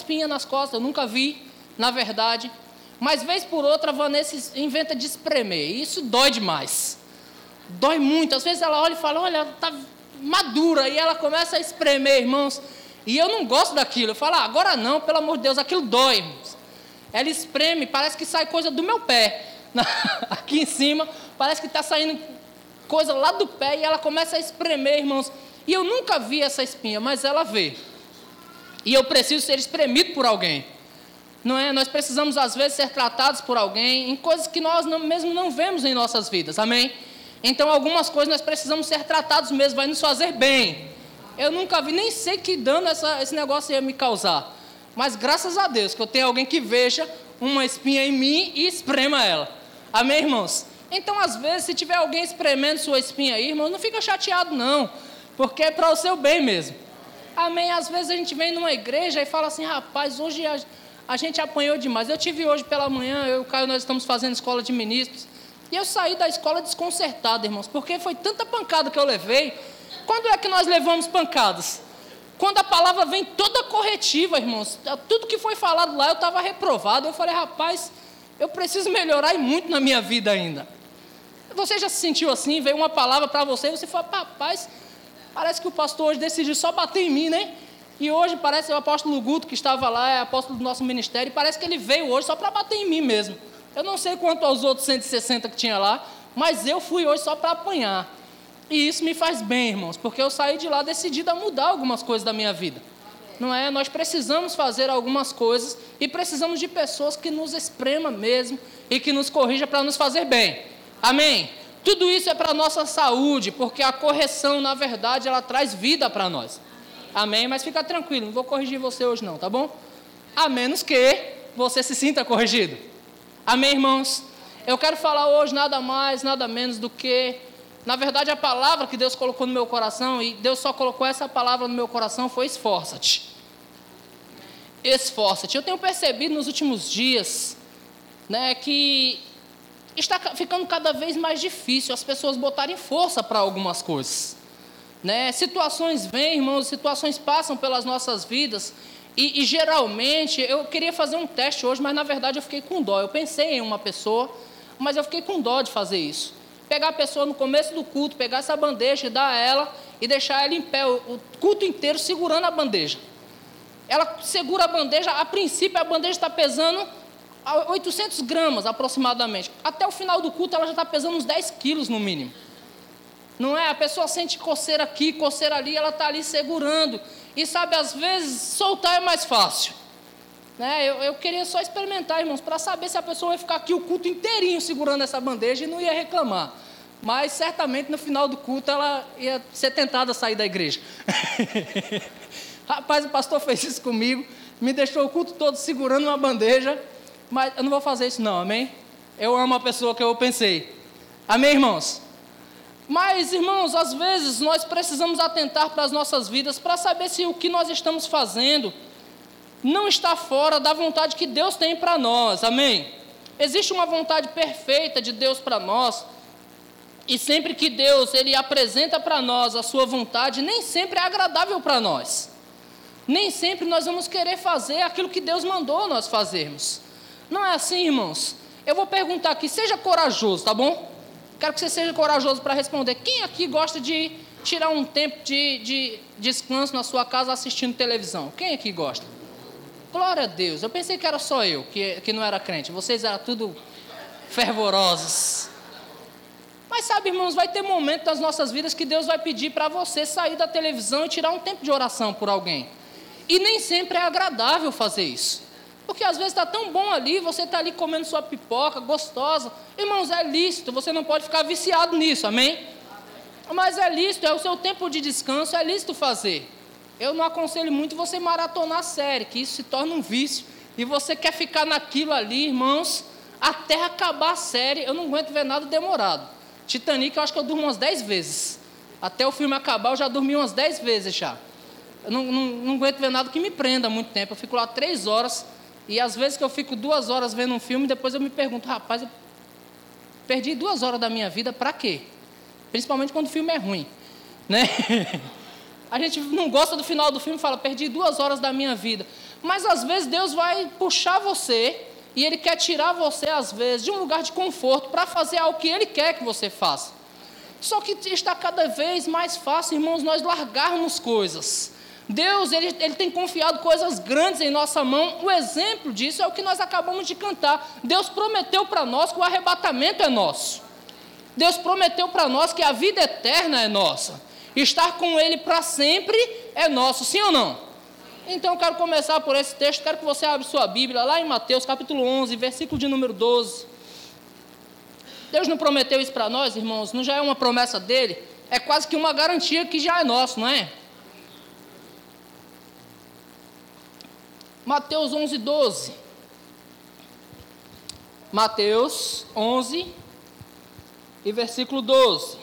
espinha nas costas, eu nunca vi, na verdade. Mas, vez por outra, a Vanessa inventa de espremer. E isso dói demais. Dói muito. Às vezes ela olha e fala, olha, está madura. E ela começa a espremer, irmãos. E eu não gosto daquilo. Eu falo, agora não, pelo amor de Deus, aquilo dói, irmãos. Ela espreme, parece que sai coisa do meu pé. Aqui em cima, parece que está saindo coisa lá do pé. E ela começa a espremer, irmãos. E eu nunca vi essa espinha, mas ela vê. E eu preciso ser espremido por alguém. Não é? Nós precisamos, às vezes, ser tratados por alguém em coisas que nós mesmo não vemos em nossas vidas. Amém? Então, algumas coisas nós precisamos ser tratados mesmo, vai nos fazer bem. Eu nunca vi, nem sei que dano esse negócio ia me causar. Mas, graças a Deus, que eu tenho alguém que veja uma espinha em mim e esprema ela. Amém, irmãos? Então, às vezes, se tiver alguém espremendo sua espinha aí, irmão, não fica chateado, não. Porque é para o seu bem mesmo. Amém? Às vezes a gente vem numa igreja e fala assim, rapaz, hoje a gente apanhou demais. Eu tive hoje pela manhã, eu e o Caio, nós estamos fazendo escola de ministros. E eu saí da escola desconcertado, irmãos, porque foi tanta pancada que eu levei. Quando é que nós levamos pancadas? Quando a palavra vem toda corretiva, irmãos. Tudo que foi falado lá, eu estava reprovado. Eu falei, rapaz, eu preciso melhorar e muito na minha vida ainda. Você já se sentiu assim? Veio uma palavra para você e você fala, rapaz, parece que o pastor hoje decidiu só bater em mim, né? E hoje parece o apóstolo Guto, que estava lá, é apóstolo do nosso ministério, e parece que ele veio hoje só para bater em mim mesmo. Eu não sei quanto aos outros 160 que tinha lá, mas eu fui hoje só para apanhar. E isso me faz bem, irmãos, porque eu saí de lá decidido a mudar algumas coisas da minha vida. Não é? Nós precisamos fazer algumas coisas e precisamos de pessoas que nos espremam mesmo e que nos corrijam para nos fazer bem. Amém? Tudo isso é para a nossa saúde, porque a correção, na verdade, ela traz vida para nós. Amém? Mas fica tranquilo, não vou corrigir você hoje não, tá bom? A menos que você se sinta corrigido. Amém, irmãos? Eu quero falar hoje nada mais, nada menos do que, na verdade, a palavra que Deus colocou no meu coração, e Deus só colocou essa palavra no meu coração, foi esforça-te. Esforça-te. Eu tenho percebido nos últimos dias, né, que está ficando cada vez mais difícil as pessoas botarem força para algumas coisas. Né? Situações vêm, irmãos, situações passam pelas nossas vidas e geralmente, eu queria fazer um teste hoje, mas na verdade eu fiquei com dó. Eu pensei em uma pessoa, mas eu fiquei com dó de fazer isso. Pegar a pessoa no começo do culto, pegar essa bandeja e dar a ela e deixar ela em pé o culto inteiro segurando a bandeja. Ela segura a bandeja, a princípio a bandeja está pesando 800 gramas aproximadamente. Até o final do culto ela já está pesando uns 10 quilos no mínimo. Não é? A pessoa sente coceira aqui, coceira ali, ela está ali segurando. E sabe, às vezes, soltar é mais fácil. Né? Eu queria só experimentar, irmãos, para saber se a pessoa ia ficar aqui o culto inteirinho segurando essa bandeja e não ia reclamar. Mas, certamente, no final do culto, ela ia ser tentada a sair da igreja. Rapaz, o pastor fez isso comigo, me deixou o culto todo segurando uma bandeja, mas eu não vou fazer isso não, amém? Eu amo a pessoa que eu pensei. Amém, irmãos? Mas, irmãos, às vezes nós precisamos atentar para as nossas vidas para saber se o que nós estamos fazendo não está fora da vontade que Deus tem para nós, amém? Existe uma vontade perfeita de Deus para nós, e sempre que Deus ele apresenta para nós a sua vontade, nem sempre é agradável para nós. Nem sempre nós vamos querer fazer aquilo que Deus mandou nós fazermos. Não é assim, irmãos? Eu vou perguntar aqui, seja corajoso, tá bom? Quero que você seja corajoso para responder. Quem aqui gosta de tirar um tempo de descanso na sua casa assistindo televisão? Quem aqui gosta? Glória a Deus. Eu pensei que era só eu que não era crente. Vocês eram tudo fervorosos. Mas sabe, irmãos, vai ter momentos nas nossas vidas que Deus vai pedir para você sair da televisão e tirar um tempo de oração por alguém. E nem sempre é agradável fazer isso. Porque às vezes está tão bom ali, você está ali comendo sua pipoca, gostosa. Irmãos, é lícito, você não pode ficar viciado nisso, amém? Mas é lícito, é o seu tempo de descanso, é lícito fazer. Eu não aconselho muito você maratonar a série, que isso se torna um vício. E você quer ficar naquilo ali, irmãos, até acabar a série. Eu não aguento ver nada demorado. Titanic, eu acho que eu durmo umas 10 vezes. Até o filme acabar, eu já dormi umas 10 vezes já. Eu não aguento ver nada que me prenda muito tempo. Eu fico lá 3 horas... E às vezes que eu fico 2 horas vendo um filme, depois eu me pergunto, rapaz, eu perdi 2 horas da minha vida para quê? Principalmente quando o filme é ruim, né? A gente não gosta do final do filme e fala, perdi 2 horas da minha vida. Mas às vezes Deus vai puxar você e Ele quer tirar você, às vezes, de um lugar de conforto para fazer algo que Ele quer que você faça. Só que está cada vez mais fácil, irmãos, nós largarmos coisas. Deus, Ele tem confiado coisas grandes em nossa mão. O exemplo disso é o que nós acabamos de cantar. Deus prometeu para nós que o arrebatamento é nosso. Deus prometeu para nós que a vida eterna é nossa. Estar com Ele para sempre é nosso, sim ou não? Então eu quero começar por esse texto. Quero que você abra sua Bíblia lá em Mateus capítulo 11, versículo de número 12. Deus não prometeu isso para nós, irmãos? Não já é uma promessa dele? É quase que uma garantia que já é nosso, não é? Mateus 11, 12. Mateus 11 e versículo 12.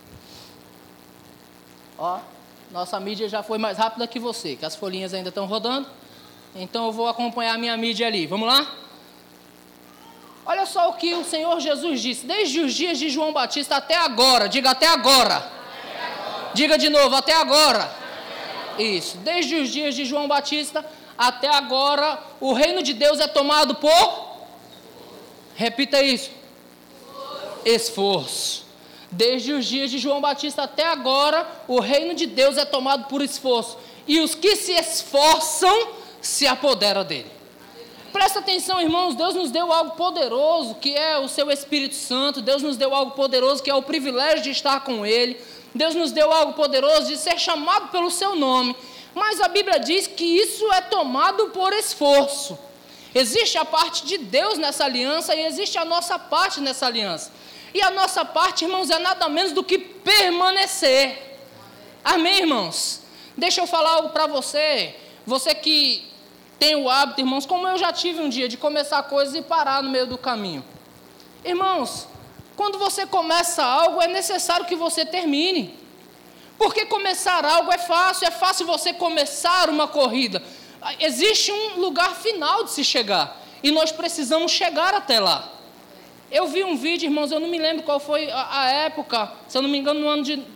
Ó, nossa mídia já foi mais rápida que você, que as folhinhas ainda estão rodando. Então eu vou acompanhar a minha mídia ali. Vamos lá? Olha só o que o Senhor Jesus disse. Desde os dias de João Batista até agora. Diga até agora. Até agora. Diga de novo, até agora. Até agora. Isso. Desde os dias de João Batista até agora, o reino de Deus é tomado por... Repita isso. Esforço. Desde os dias de João Batista até agora, o reino de Deus é tomado por esforço. E os que se esforçam, se apoderam dele. Presta atenção, irmãos, Deus nos deu algo poderoso, que é o seu Espírito Santo. Deus nos deu algo poderoso, que é o privilégio de estar com Ele. Deus nos deu algo poderoso de ser chamado pelo seu nome. Mas a Bíblia diz que isso é tomado por esforço. Existe a parte de Deus nessa aliança e existe a nossa parte nessa aliança. E a nossa parte, irmãos, é nada menos do que permanecer. Amém, irmãos? Deixa eu falar algo para você. Você que tem o hábito, irmãos, como eu já tive um dia, de começar coisas e parar no meio do caminho. Irmãos, quando você começa algo, é necessário que você termine. Porque começar algo é fácil você começar uma corrida. Existe um lugar final de se chegar, e nós precisamos chegar até lá. Eu vi um vídeo, irmãos, eu não me lembro qual foi a época, se eu não me engano, no ano de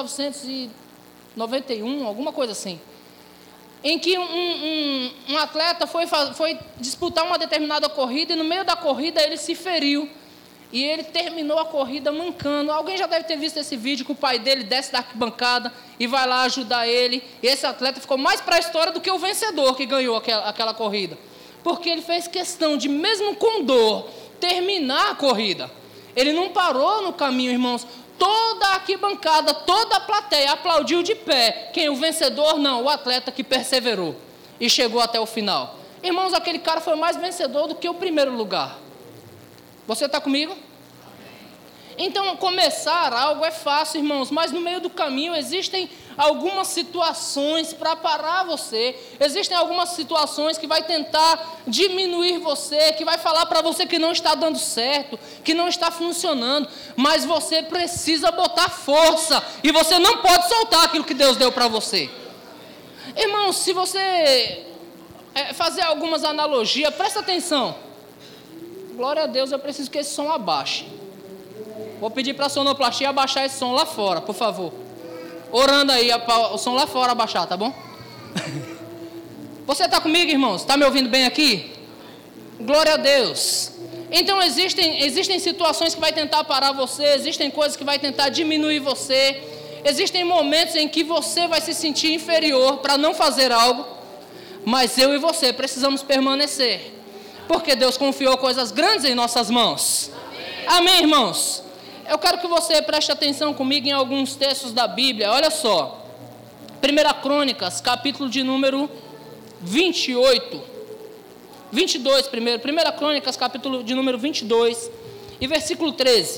1991, alguma coisa assim, em que um atleta foi disputar uma determinada corrida, e no meio da corrida ele se feriu, e ele terminou a corrida mancando. Alguém já deve ter visto esse vídeo, que o pai dele desce da arquibancada e vai lá ajudar ele, e esse atleta ficou mais para a história do que o vencedor que ganhou aquela corrida, porque ele fez questão de, mesmo com dor, terminar a corrida. Ele não parou no caminho, irmãos. Toda a arquibancada, toda a plateia aplaudiu de pé. Quem? O vencedor? Não, o atleta que perseverou e chegou até o final. Irmãos, aquele cara foi mais vencedor do que o primeiro lugar. Você está comigo? Então, começar algo é fácil, irmãos, mas no meio do caminho existem algumas situações para parar você. Existem algumas situações que vai tentar diminuir você, que vai falar para você que não está dando certo, que não está funcionando, mas você precisa botar força, e você não pode soltar aquilo que Deus deu para você. Irmãos, se você fazer algumas analogias, presta atenção. Glória a Deus, eu preciso que esse som abaixe. Vou pedir para a sonoplastia abaixar esse som lá fora, por favor. Orando aí, o som lá fora abaixar, tá bom? Você está comigo, irmãos? Está me ouvindo bem aqui? Glória a Deus. Então existem situações que vai tentar parar você, existem coisas que vai tentar diminuir você, existem momentos em que você vai se sentir inferior para não fazer algo, mas eu e você precisamos permanecer, porque Deus confiou coisas grandes em nossas mãos. Amém, irmãos? Eu quero que você preste atenção comigo em alguns textos da Bíblia. Olha só. 1 Crônicas, capítulo de número 28. 22 primeiro. 1 Crônicas, capítulo de número 22 e versículo 13.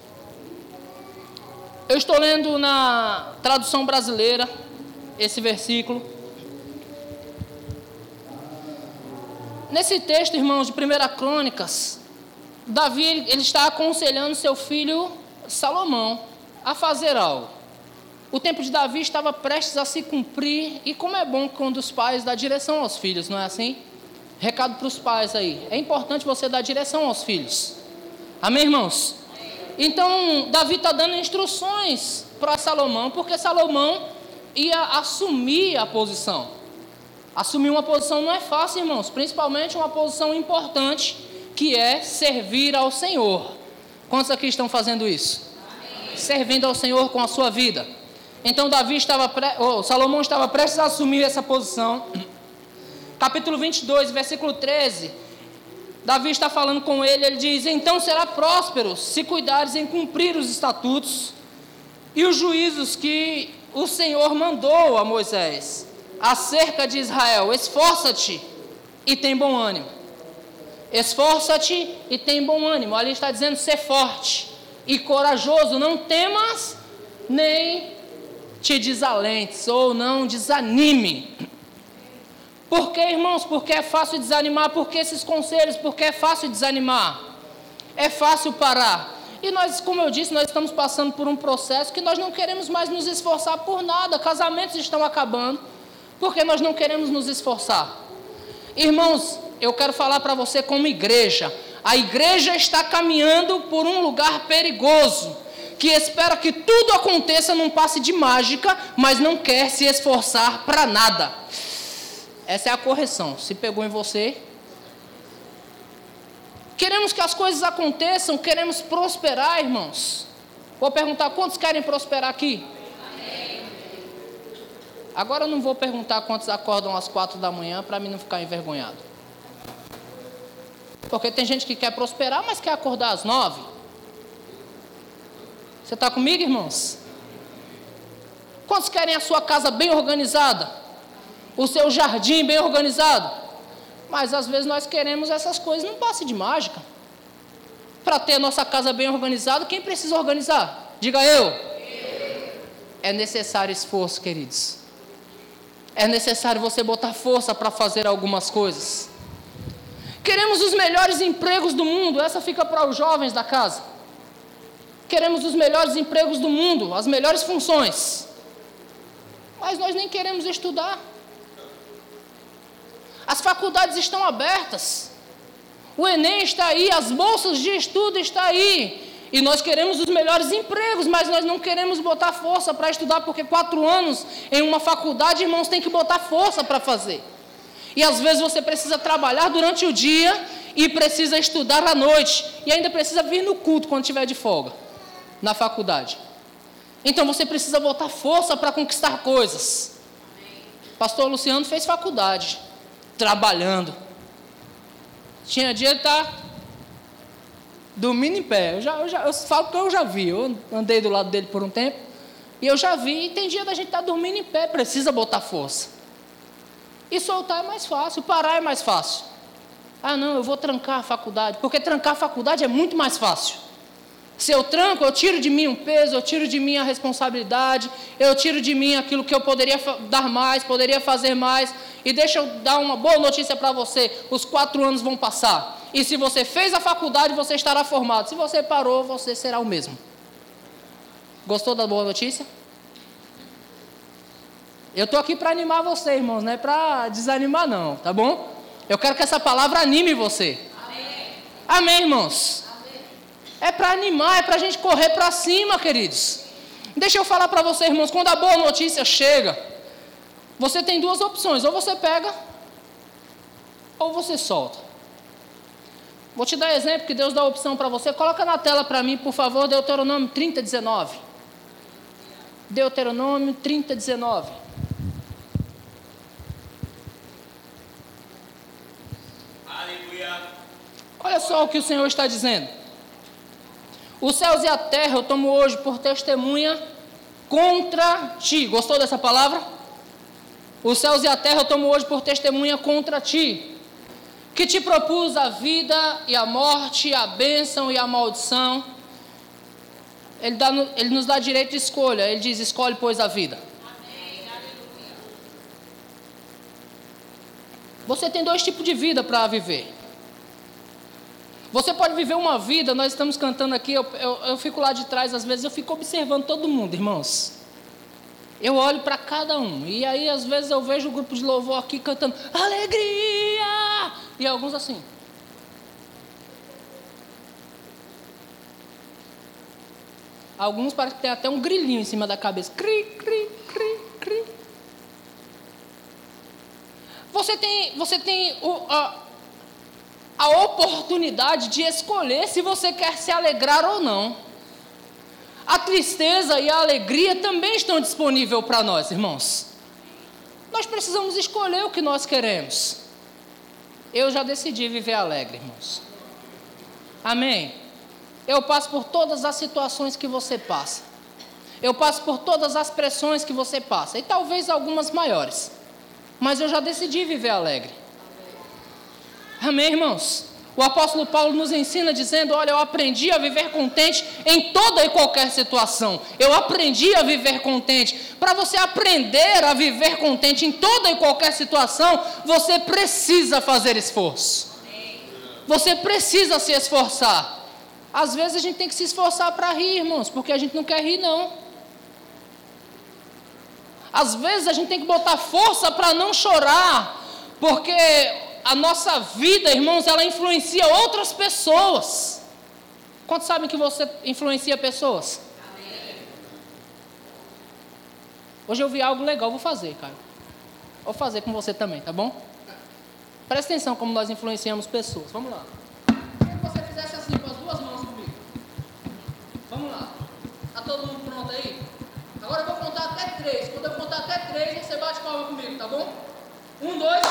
Eu estou lendo na tradução brasileira esse versículo. Nesse texto, irmãos, de 1 Crônicas, Davi, ele está aconselhando seu filho Salomão a fazer algo. O tempo de Davi estava prestes a se cumprir, e como é bom quando os pais dão direção aos filhos, não é assim? Recado para os pais aí, é importante você dar direção aos filhos. Amém, irmãos? Então, Davi está dando instruções para Salomão, porque Salomão ia assumir a posição. Assumir uma posição não é fácil, irmãos, principalmente uma posição importante, que é servir ao Senhor. Quantos aqui estão fazendo isso? Amém. Servindo ao Senhor com a sua vida. Então Salomão estava prestes a assumir essa posição. Capítulo 22, versículo 13, Davi está falando com ele diz: então será próspero se cuidares em cumprir os estatutos e os juízos que o Senhor mandou a Moisés acerca de Israel. Esforça-te e tem bom ânimo. Esforça-te e tem bom ânimo. Ali está dizendo ser forte e corajoso. Não temas nem te desalentes ou não desanime. Por que, irmãos? Porque é fácil desanimar. Por que esses conselhos? Porque é fácil desanimar. É fácil parar. E nós, como eu disse, nós estamos passando por um processo que nós não queremos mais nos esforçar por nada. Casamentos estão acabando porque nós não queremos nos esforçar. Irmãos, eu quero falar para você como igreja. A igreja está caminhando por um lugar perigoso, que espera que tudo aconteça num passe de mágica, mas não quer se esforçar para nada. Essa é a correção. Se pegou em você. Queremos que as coisas aconteçam, queremos prosperar, irmãos. Vou perguntar, quantos querem prosperar aqui? Amém. Agora eu não vou perguntar quantos acordam às 4 da manhã, para mim não ficar envergonhado. Porque tem gente que quer prosperar, mas quer acordar às 9. Você está comigo, irmãos? Quantos querem a sua casa bem organizada? O seu jardim bem organizado? Mas às vezes nós queremos essas coisas num passe de mágica. Para ter a nossa casa bem organizada, quem precisa organizar? Diga eu. É necessário esforço, queridos. É necessário você botar força para fazer algumas coisas. Queremos os melhores empregos do mundo. Essa fica para os jovens da casa. Queremos os melhores empregos do mundo, as melhores funções. Mas nós nem queremos estudar. As faculdades estão abertas. O Enem está aí, as bolsas de estudo estão aí. E nós queremos os melhores empregos, mas nós não queremos botar força para estudar, porque 4 anos em uma faculdade, irmãos, tem que botar força para fazer. E às vezes você precisa trabalhar durante o dia e precisa estudar à noite. E ainda precisa vir no culto quando estiver de folga, na faculdade. Então você precisa botar força para conquistar coisas. Pastor Luciano fez faculdade, trabalhando. Tinha dia de estar dormindo em pé. Eu falo que eu já vi. Eu andei do lado dele por um tempo e eu já vi. E tem dia da gente estar dormindo em pé. Precisa botar força. E soltar é mais fácil, parar é mais fácil. Ah, não, eu vou trancar a faculdade. Porque trancar a faculdade é muito mais fácil. Se eu tranco, eu tiro de mim um peso, eu tiro de mim a responsabilidade, eu tiro de mim aquilo que eu poderia dar mais, poderia fazer mais. E deixa eu dar uma boa notícia para você: os 4 anos vão passar. E se você fez a faculdade, você estará formado. Se você parou, você será o mesmo. Gostou da boa notícia? Eu estou aqui para animar você, irmãos, não é para desanimar não, tá bom? Eu quero que essa palavra anime você. Amém, Amém, irmãos? Amém. É para animar, é para a gente correr para cima, queridos. Deixa eu falar para você, irmãos, quando a boa notícia chega, você tem 2 opções: ou você pega, ou você solta. Vou te dar exemplo que Deus dá a opção para você. Coloca na tela para mim, por favor, Deuteronômio 30:19. Deuteronômio 30:19. Olha só o que o Senhor está dizendo: os céus e a terra eu tomo hoje por testemunha contra ti. Gostou dessa palavra? Os céus e a terra eu tomo hoje por testemunha contra ti, que te propus a vida e a morte, a bênção e a maldição. Ele nos dá direito de escolha. Ele diz: escolhe, pois, a vida. Você tem 2 tipos de vida para viver. Você pode viver uma vida, nós estamos cantando aqui, eu fico lá de trás, às vezes eu fico observando todo mundo, irmãos. Eu olho para cada um, e aí às vezes eu vejo o grupo de louvor aqui cantando alegria, e alguns assim. Alguns parece que tem até um grilinho em cima da cabeça. Cri, cri, cri, cri. Você tem a oportunidade de escolher se você quer se alegrar ou não. A tristeza e a alegria também estão disponíveis para nós, irmãos. Nós precisamos escolher o que nós queremos. Eu já decidi viver alegre, irmãos. Amém? Eu passo por todas as situações que você passa. Eu passo por todas as pressões que você passa. E talvez algumas maiores. Mas eu já decidi viver alegre. Amém, irmãos? O apóstolo Paulo nos ensina dizendo, olha, eu aprendi a viver contente em toda e qualquer situação. Eu aprendi a viver contente. Para você aprender a viver contente em toda e qualquer situação, você precisa fazer esforço. Você precisa se esforçar. Às vezes a gente tem que se esforçar para rir, irmãos, porque a gente não quer rir, não. Às vezes a gente tem que botar força para não chorar, porque a nossa vida, irmãos, ela influencia outras pessoas. Quantos sabem que você influencia pessoas? Amém. Hoje eu vi algo legal, vou fazer, cara. Vou fazer com você também, tá bom? Presta atenção como nós influenciamos pessoas. Vamos lá. Queria que você fizesse assim com as duas mãos comigo. Vamos lá. Tá todo mundo pronto aí? Agora eu vou contar até 3. Quando eu contar até 3, você bate palma comigo, tá bom? 1, 2...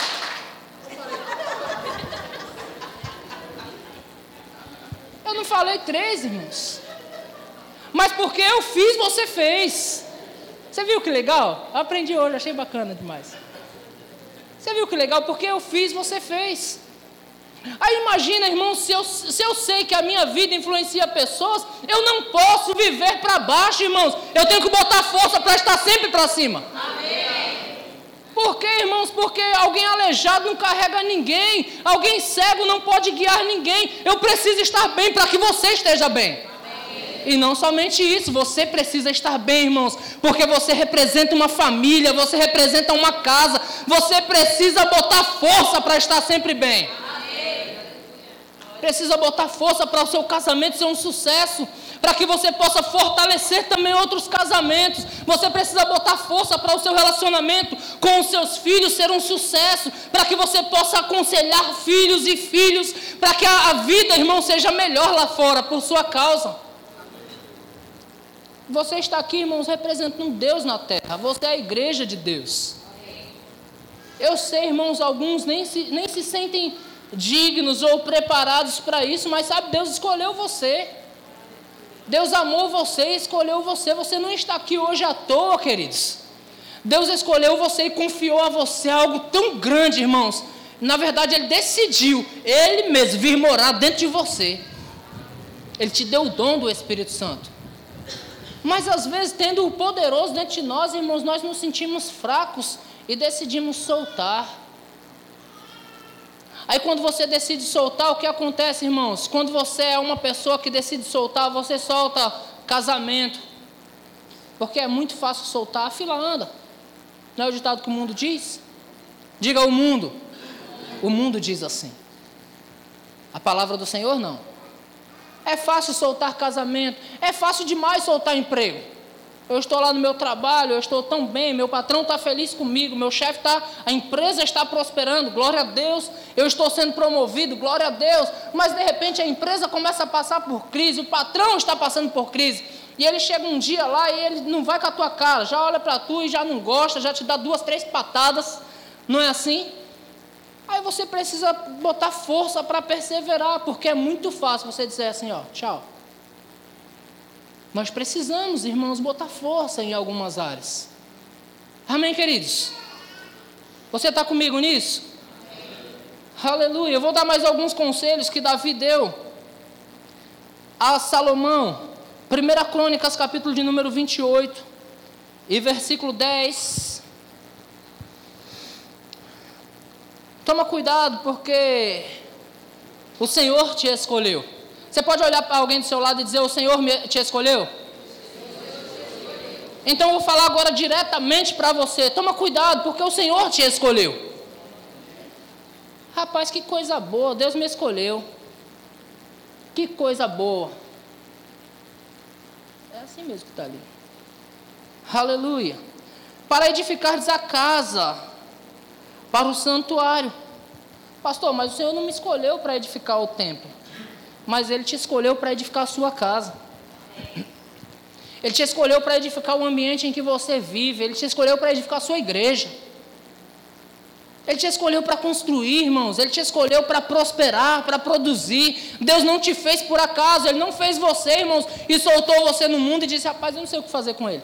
Eu não falei 3, irmãos. Mas porque eu fiz, você fez. Você viu que legal? Eu aprendi hoje, achei bacana demais. Você viu que legal? Porque eu fiz, você fez. Aí imagina, irmãos, se eu sei que a minha vida influencia pessoas, eu não posso viver para baixo, irmãos. Eu tenho que botar força para estar sempre para cima. Amém. Por quê, irmãos? Porque alguém aleijado não carrega ninguém. Alguém cego não pode guiar ninguém. Eu preciso estar bem para que você esteja bem. Amém. E não somente isso, você precisa estar bem, irmãos, porque você representa uma família, você representa uma casa. Você precisa botar força para estar sempre bem. Amém. Precisa botar força para o seu casamento ser um sucesso, para que você possa fortalecer também outros casamentos. Você precisa botar força para o seu relacionamento com os seus filhos ser um sucesso, para que você possa aconselhar filhos e filhos, para que a vida, irmão, seja melhor lá fora, por sua causa. Você está aqui, irmãos, representando Deus na terra. Você é a igreja de Deus. Eu sei, irmãos, alguns nem se sentem dignos ou preparados para isso, mas sabe, Deus escolheu você. Deus amou você e escolheu você. Você não está aqui hoje à toa, queridos. Deus escolheu você e confiou a você algo tão grande, irmãos. Na verdade, Ele decidiu, Ele mesmo, vir morar dentro de você. Ele te deu o dom do Espírito Santo. Mas às vezes, tendo o poderoso dentro de nós, irmãos, nós nos sentimos fracos e decidimos soltar. Aí quando você decide soltar, o que acontece, irmãos? Quando você é uma pessoa que decide soltar, você solta casamento. Porque é muito fácil soltar, a fila anda. Não é o ditado que o mundo diz? Diga o mundo. O mundo diz assim. A palavra do Senhor não. É fácil soltar casamento. É fácil demais soltar emprego. Eu estou lá no meu trabalho, eu estou tão bem, meu patrão está feliz comigo, meu chefe está, a empresa está prosperando, glória a Deus, eu estou sendo promovido, glória a Deus, mas de repente a empresa começa a passar por crise, o patrão está passando por crise, e ele chega um dia lá e ele não vai com a tua cara, já olha para tu e já não gosta, já te dá 2, 3 patadas, não é assim? Aí você precisa botar força para perseverar, porque é muito fácil você dizer assim, ó, tchau. Nós precisamos, irmãos, botar força em algumas áreas. Amém, queridos? Você está comigo nisso? Amém. Aleluia. Eu vou dar mais alguns conselhos que Davi deu a Salomão. 1 Crônicas, capítulo de número 28 e versículo 10. Toma cuidado, porque o Senhor te escolheu. Você pode olhar para alguém do seu lado e dizer, o Senhor te escolheu? Então eu vou falar agora diretamente para você. Toma cuidado, porque o Senhor te escolheu. Rapaz, que coisa boa, Deus me escolheu. Que coisa boa. É assim mesmo que está ali. Aleluia. Para edificares a casa, para o santuário. Pastor, mas o Senhor não me escolheu para edificar o templo, mas Ele te escolheu para edificar a sua casa. Ele te escolheu para edificar o ambiente em que você vive. Ele te escolheu para edificar a sua igreja. Ele te escolheu para construir, irmãos. Ele te escolheu para prosperar, para produzir. Deus não te fez por acaso. Ele não fez você, irmãos, e soltou você no mundo e disse: rapaz, eu não sei o que fazer com ele.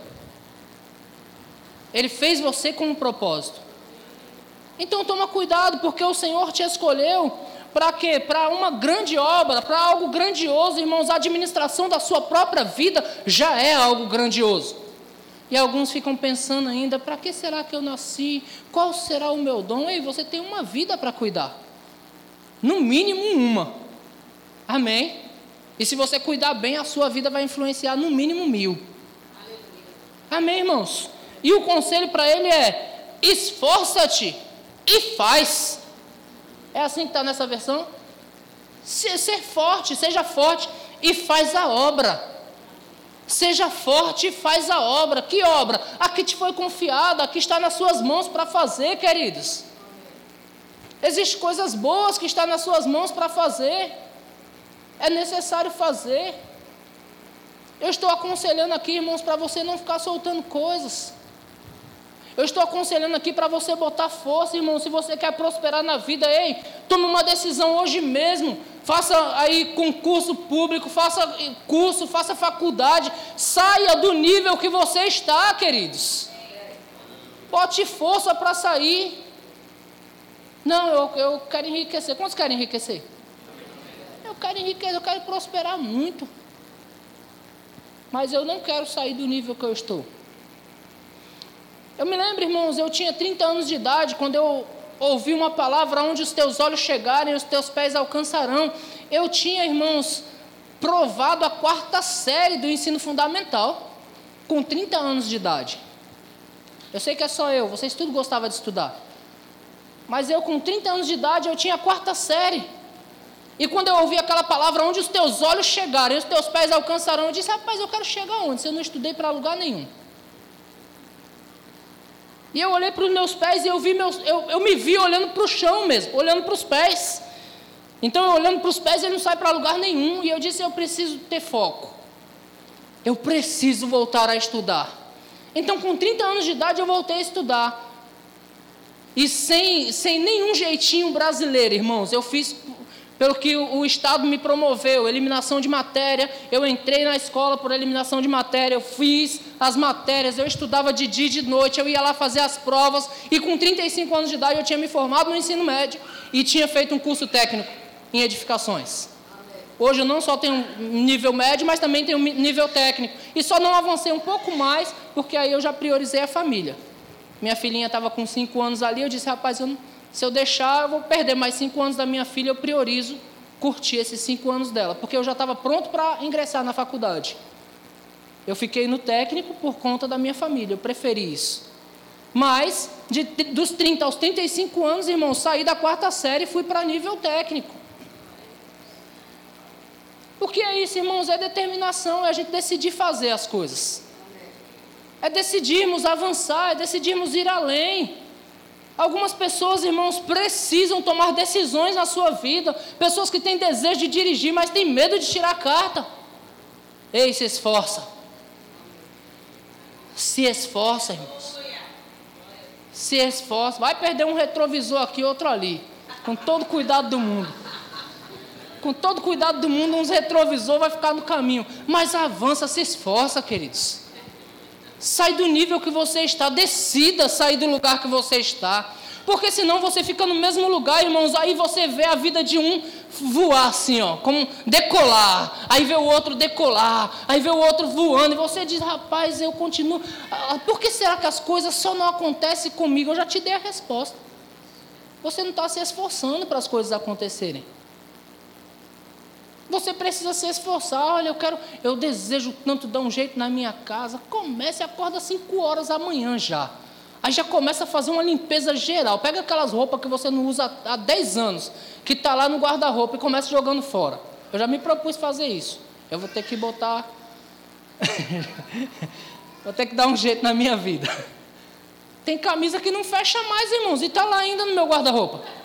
Ele fez você com um propósito. Então toma cuidado, porque o Senhor te escolheu para quê? Para uma grande obra, para algo grandioso, irmãos. A administração da sua própria vida já é algo grandioso. E alguns ficam pensando ainda: para que será que eu nasci? Qual será o meu dom? Ei, você tem uma vida para cuidar. No mínimo uma. Amém? E se você cuidar bem, a sua vida vai influenciar no mínimo 1000. Amém, irmãos? E o conselho para ele é: esforça-te e faz. É assim que está nessa versão? Ser forte, seja forte e faz a obra. Seja forte e faz a obra. Que obra? A que te foi confiada, a que está nas suas mãos para fazer, queridos. Existem coisas boas que estão nas suas mãos para fazer. É necessário fazer. Eu estou aconselhando aqui, irmãos, para você não ficar soltando coisas. Eu estou aconselhando aqui para você botar força, irmão. Se você quer prosperar na vida, ei, tome uma decisão hoje mesmo. Faça aí concurso público, faça curso, faça faculdade. Saia do nível que você está, queridos. Bote força para sair. Não, eu quero enriquecer. Quantos querem enriquecer? Eu quero enriquecer, eu quero prosperar muito. Mas eu não quero sair do nível que eu estou. Eu me lembro, irmãos, eu tinha 30 anos de idade, quando eu ouvi uma palavra: onde os teus olhos chegarem, os teus pés alcançarão. Eu tinha, irmãos, provado a 4ª série do ensino fundamental, com 30 anos de idade. Eu sei que é só eu, vocês tudo gostavam de estudar. Mas eu, com 30 anos de idade, eu tinha a 4ª série. E quando eu ouvi aquela palavra: onde os teus olhos chegarem, os teus pés alcançarão, eu disse: rapaz, eu quero chegar onde? Se eu não estudei para lugar nenhum. E eu olhei para os meus pés e eu me vi olhando para o chão mesmo, olhando para os pés. Então eu olhando para os pés, ele não sai para lugar nenhum. E eu disse: eu preciso ter foco. Eu preciso voltar a estudar. Então, com 30 anos de idade, eu voltei a estudar. E sem nenhum jeitinho brasileiro, irmãos. Eu fiz pelo que o Estado me promoveu, eliminação de matéria. Eu entrei na escola por eliminação de matéria, eu fiz as matérias, eu estudava de dia e de noite, eu ia lá fazer as provas, e com 35 anos de idade eu tinha me formado no ensino médio, e tinha feito um curso técnico em edificações. Hoje eu não só tenho um nível médio, mas também tenho um nível técnico, e só não avancei um pouco mais, porque aí eu já priorizei a família. Minha filhinha estava com 5 anos ali, eu disse: rapaz, se eu deixar, eu vou perder mais 5 anos da minha filha. Eu priorizo curtir esses 5 anos dela, porque eu já estava pronto para ingressar na faculdade. Eu fiquei no técnico por conta da minha família, eu preferi isso. Mas, dos 30 aos 35 anos, irmão, saí da 4ª série e fui para nível técnico. O que é isso, irmãos? É determinação, é a gente decidir fazer as coisas. É decidirmos avançar, é decidirmos ir além. Algumas pessoas, irmãos, precisam tomar decisões na sua vida. Pessoas que têm desejo de dirigir, mas têm medo de tirar a carta. Ei, se esforça. Se esforça, irmãos. Se esforça. Vai perder um retrovisor aqui, outro ali. Com todo cuidado do mundo. Com todo cuidado do mundo, uns retrovisor vai ficar no caminho. Mas avança, se esforça, queridos. Sai do nível que você está, decida sair do lugar que você está, porque senão você fica no mesmo lugar, irmãos. Aí você vê a vida de um voar assim, ó, como decolar, aí vê o outro decolar, aí vê o outro voando, e você diz: rapaz, eu continuo, por que será que as coisas só não acontecem comigo? Eu já te dei a resposta. Você não está se esforçando para as coisas acontecerem. Você precisa se esforçar. Olha, eu desejo tanto dar um jeito na minha casa. Comece, acorda às 5 horas da manhã já. Aí já começa a fazer uma limpeza geral. Pega aquelas roupas que você não usa há 10 anos, que está lá no guarda-roupa, e começa jogando fora. Eu já me propus fazer isso. Eu vou ter que botar... vou ter que dar um jeito na minha vida. Tem camisa que não fecha mais, irmãos, e está lá ainda no meu guarda-roupa.